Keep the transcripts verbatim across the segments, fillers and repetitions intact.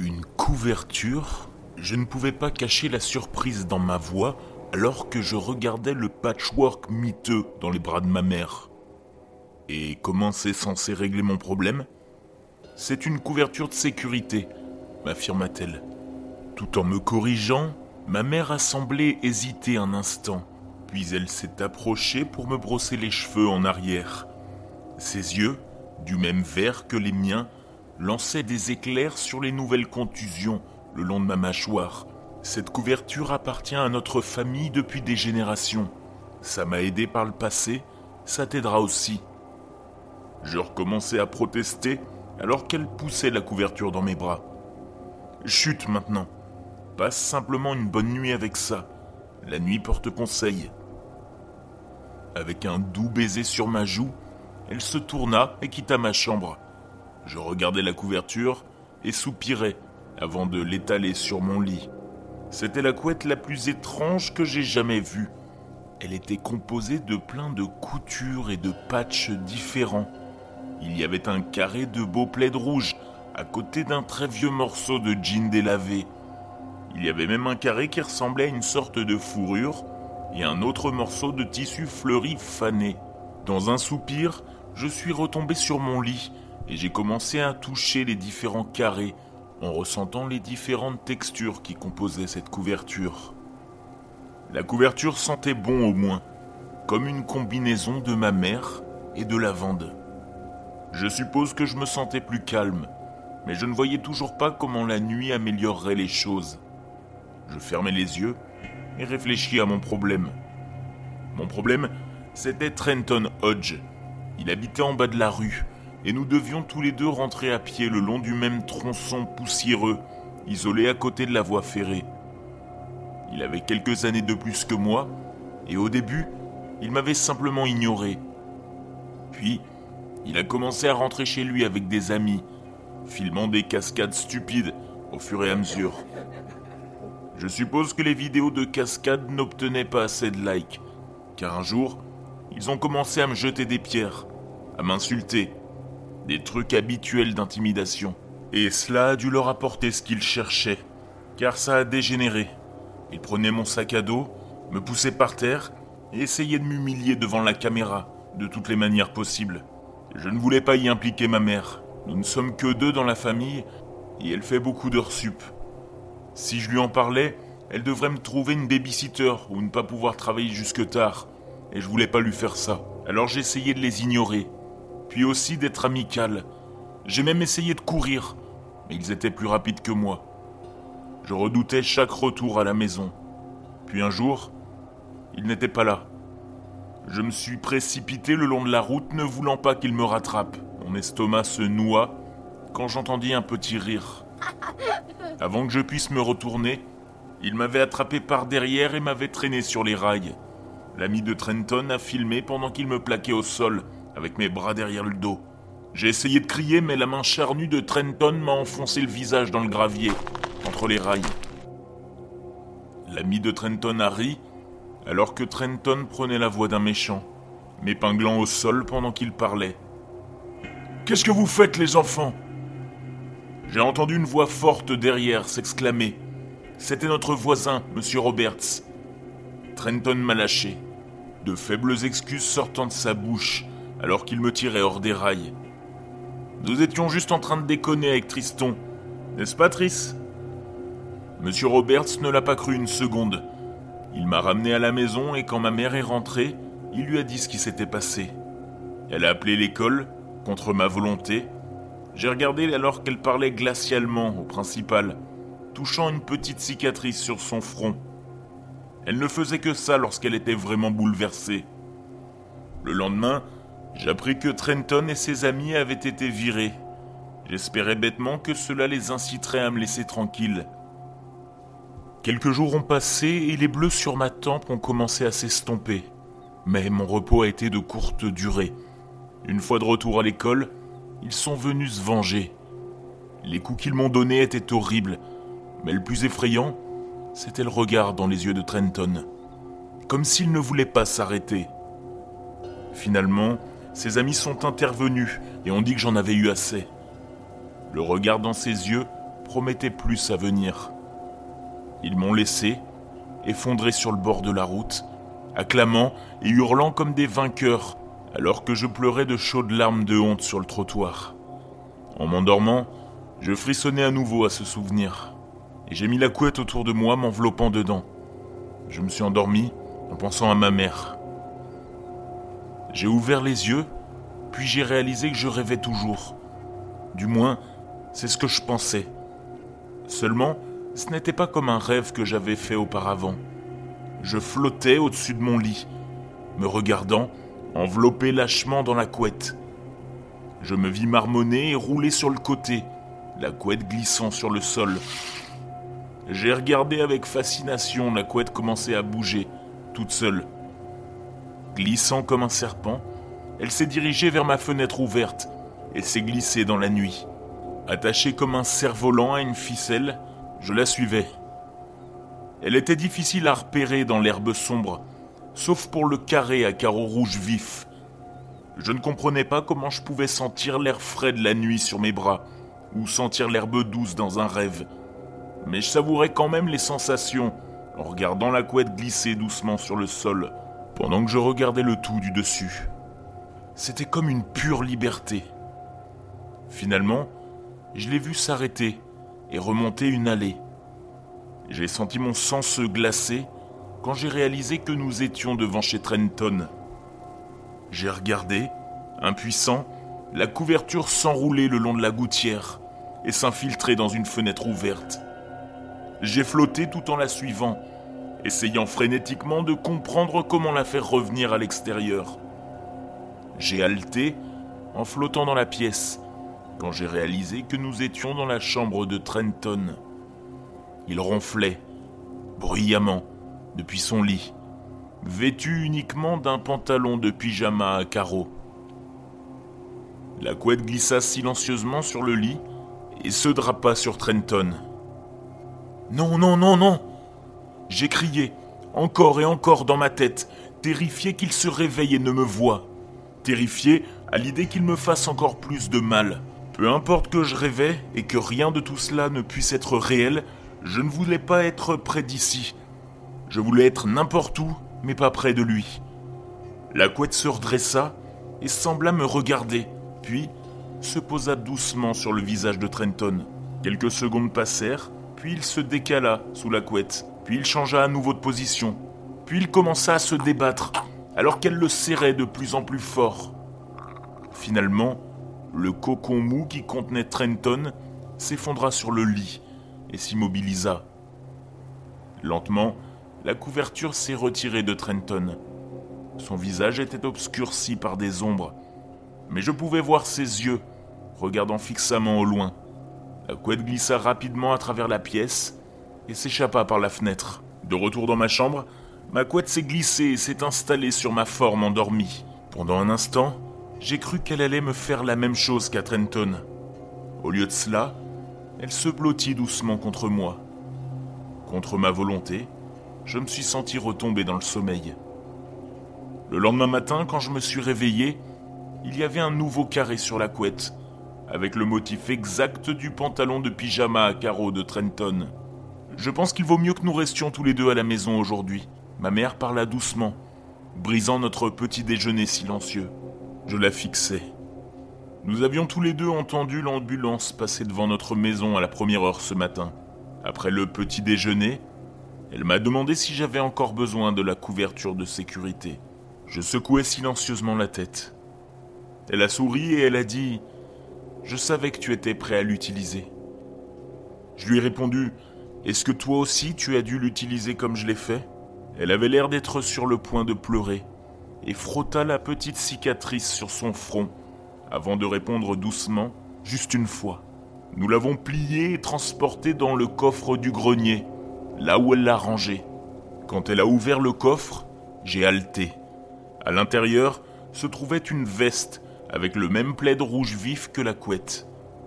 Une couverture ? Je ne pouvais pas cacher la surprise dans ma voix alors que je regardais le patchwork miteux dans les bras de ma mère. Et comment c'est censé régler mon problème ? C'est une couverture de sécurité, m'affirma-t-elle. Tout en me corrigeant, ma mère a semblé hésiter un instant, puis elle s'est approchée pour me brosser les cheveux en arrière. Ses yeux, du même vert que les miens, lançaient des éclairs sur les nouvelles contusions le long de ma mâchoire. Cette couverture appartient à notre famille depuis des générations. Ça m'a aidé par le passé, ça t'aidera aussi. Je recommençais à protester alors qu'elle poussait la couverture dans mes bras. Chut maintenant, passe simplement une bonne nuit avec ça. La nuit porte conseil. Avec un doux baiser sur ma joue, elle se tourna et quitta ma chambre. Je regardais la couverture et soupirais avant de l'étaler sur mon lit. C'était la couette la plus étrange que j'ai jamais vue. Elle était composée de plein de coutures et de patchs différents. Il y avait un carré de beau plaid rouge à côté d'un très vieux morceau de jean délavé. Il y avait même un carré qui ressemblait à une sorte de fourrure et un autre morceau de tissu fleuri fané. Dans un soupir, je suis retombé sur mon lit et j'ai commencé à toucher les différents carrés en ressentant les différentes textures qui composaient cette couverture. La couverture sentait bon au moins, comme une combinaison de ma mère et de lavande. Je suppose que je me sentais plus calme, mais je ne voyais toujours pas comment la nuit améliorerait les choses. Je fermais les yeux et réfléchis à mon problème. Mon problème, c'était Trenton Hodge. Il habitait en bas de la rue, et nous devions tous les deux rentrer à pied le long du même tronçon poussiéreux, isolé à côté de la voie ferrée. Il avait quelques années de plus que moi, et au début, il m'avait simplement ignoré. Puis, il a commencé à rentrer chez lui avec des amis, filmant des cascades stupides au fur et à mesure. Je suppose que les vidéos de cascades n'obtenaient pas assez de likes, car un jour, ils ont commencé à me jeter des pierres, à m'insulter, des trucs habituels d'intimidation. Et cela a dû leur apporter ce qu'ils cherchaient, car ça a dégénéré. Ils prenaient mon sac à dos, me poussaient par terre et essayaient de m'humilier devant la caméra, de toutes les manières possibles. Je ne voulais pas y impliquer ma mère. Nous ne sommes que deux dans la famille et elle fait beaucoup d'heures sup. Si je lui en parlais, elle devrait me trouver une babysitter ou ne pas pouvoir travailler jusque tard. Et je voulais pas lui faire ça. Alors j'essayais de les ignorer. Puis aussi d'être amical. J'ai même essayé de courir, mais ils étaient plus rapides que moi. Je redoutais chaque retour à la maison. Puis un jour, ils n'étaient pas là. Je me suis précipité le long de la route, ne voulant pas qu'ils me rattrapent. Mon estomac se noua quand j'entendis un petit rire. Avant que je puisse me retourner, il m'avait attrapé par derrière et m'avait traîné sur les rails. L'ami de Trenton a filmé pendant qu'il me plaquait au sol, avec mes bras derrière le dos. J'ai essayé de crier, mais la main charnue de Trenton m'a enfoncé le visage dans le gravier, entre les rails. L'ami de Trenton a ri, alors que Trenton prenait la voix d'un méchant, m'épinglant au sol pendant qu'il parlait. « Qu'est-ce que vous faites, les enfants ?» J'ai entendu une voix forte derrière s'exclamer. C'était notre voisin, Monsieur Roberts. Trenton m'a lâché, de faibles excuses sortant de sa bouche, alors qu'il me tirait hors des rails. Nous étions juste en train de déconner avec Triston, n'est-ce pas, Tris ? Monsieur Roberts ne l'a pas cru une seconde. Il m'a ramené à la maison et quand ma mère est rentrée, il lui a dit ce qui s'était passé. Elle a appelé l'école, contre ma volonté. J'ai regardé alors qu'elle parlait glacialement au principal, touchant une petite cicatrice sur son front. Elle ne faisait que ça lorsqu'elle était vraiment bouleversée. Le lendemain, j'appris que Trenton et ses amis avaient été virés. J'espérais bêtement que cela les inciterait à me laisser tranquille. Quelques jours ont passé et les bleus sur ma tempe ont commencé à s'estomper. Mais mon repos a été de courte durée. Une fois de retour à l'école, ils sont venus se venger. Les coups qu'ils m'ont donnés étaient horribles, mais le plus effrayant, c'était le regard dans les yeux de Trenton. Comme s'il ne voulait pas s'arrêter. Finalement, ses amis sont intervenus et ont dit que j'en avais eu assez. Le regard dans ses yeux promettait plus à venir. Ils m'ont laissé, effondré sur le bord de la route, acclamant et hurlant comme des vainqueurs, alors que je pleurais de chaudes larmes de honte sur le trottoir. En m'endormant, je frissonnais à nouveau à ce souvenir, et j'ai mis la couette autour de moi, m'enveloppant dedans. Je me suis endormi en pensant à ma mère. J'ai ouvert les yeux, puis j'ai réalisé que je rêvais toujours. Du moins, c'est ce que je pensais. Seulement, ce n'était pas comme un rêve que j'avais fait auparavant. Je flottais au-dessus de mon lit, me regardant, enveloppé lâchement dans la couette. Je me vis marmonner et rouler sur le côté, la couette glissant sur le sol. J'ai regardé avec fascination la couette commencer à bouger, toute seule. Glissant comme un serpent, elle s'est dirigée vers ma fenêtre ouverte et s'est glissée dans la nuit. Attachée comme un cerf-volant à une ficelle, je la suivais. Elle était difficile à repérer dans l'herbe sombre, sauf pour le carré à carreaux rouges vifs. Je ne comprenais pas comment je pouvais sentir l'air frais de la nuit sur mes bras, ou sentir l'herbe douce dans un rêve. Mais je savourais quand même les sensations, en regardant la couette glisser doucement sur le sol, pendant que je regardais le tout du dessus. C'était comme une pure liberté. Finalement, je l'ai vue s'arrêter et remonter une allée. J'ai senti mon sang se glacer quand j'ai réalisé que nous étions devant chez Trenton. J'ai regardé, impuissant, la couverture s'enrouler le long de la gouttière et s'infiltrer dans une fenêtre ouverte. J'ai flotté tout en la suivant, essayant frénétiquement de comprendre comment la faire revenir à l'extérieur. J'ai haleté en flottant dans la pièce, quand j'ai réalisé que nous étions dans la chambre de Trenton. Il ronflait, bruyamment, depuis son lit, vêtu uniquement d'un pantalon de pyjama à carreaux. La couette glissa silencieusement sur le lit et se drapa sur Trenton. « Non, non, non, non !» J'ai crié, encore et encore dans ma tête, terrifié qu'il se réveille et ne me voie. Terrifié à l'idée qu'il me fasse encore plus de mal. Peu importe que je rêvais et que rien de tout cela ne puisse être réel, je ne voulais pas être près d'ici. Je voulais être n'importe où, mais pas près de lui. La couette se redressa et sembla me regarder, puis se posa doucement sur le visage de Trenton. Quelques secondes passèrent, puis il se décala sous la couette, puis il changea à nouveau de position, puis il commença à se débattre, alors qu'elle le serrait de plus en plus fort. Finalement, le cocon mou qui contenait Trenton s'effondra sur le lit et s'immobilisa. Lentement, la couverture s'est retirée de Trenton. Son visage était obscurci par des ombres, mais je pouvais voir ses yeux, regardant fixement au loin. La couette glissa rapidement à travers la pièce et s'échappa par la fenêtre. De retour dans ma chambre, ma couette s'est glissée et s'est installée sur ma forme endormie. Pendant un instant, j'ai cru qu'elle allait me faire la même chose qu'à Trenton. Au lieu de cela, elle se blottit doucement contre moi. Contre ma volonté, je me suis senti retomber dans le sommeil. Le lendemain matin, quand je me suis réveillé, il y avait un nouveau carré sur la couette, avec le motif exact du pantalon de pyjama à carreaux de Trenton. Je pense qu'il vaut mieux que nous restions tous les deux à la maison aujourd'hui. Ma mère parla doucement, brisant notre petit déjeuner silencieux. Je la fixais. Nous avions tous les deux entendu l'ambulance passer devant notre maison à la première heure ce matin. Après le petit déjeuner, elle m'a demandé si j'avais encore besoin de la couverture de sécurité. Je secouais silencieusement la tête. Elle a souri et elle a dit « Je savais que tu étais prêt à l'utiliser. » Je lui ai répondu « Est-ce que toi aussi tu as dû l'utiliser comme je l'ai fait ?» Elle avait l'air d'être sur le point de pleurer et frotta la petite cicatrice sur son front avant de répondre doucement « Juste une fois. » Nous l'avons pliée et transportée dans le coffre du grenier, là où elle l'a rangée. Quand elle a ouvert le coffre, j'ai haleté. À l'intérieur se trouvait une veste avec le même plaid rouge vif que la couette.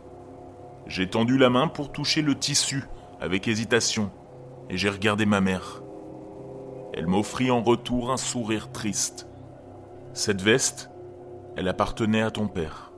J'ai tendu la main pour toucher le tissu avec hésitation et j'ai regardé ma mère. Elle m'offrit en retour un sourire triste. Cette veste, elle appartenait à ton père.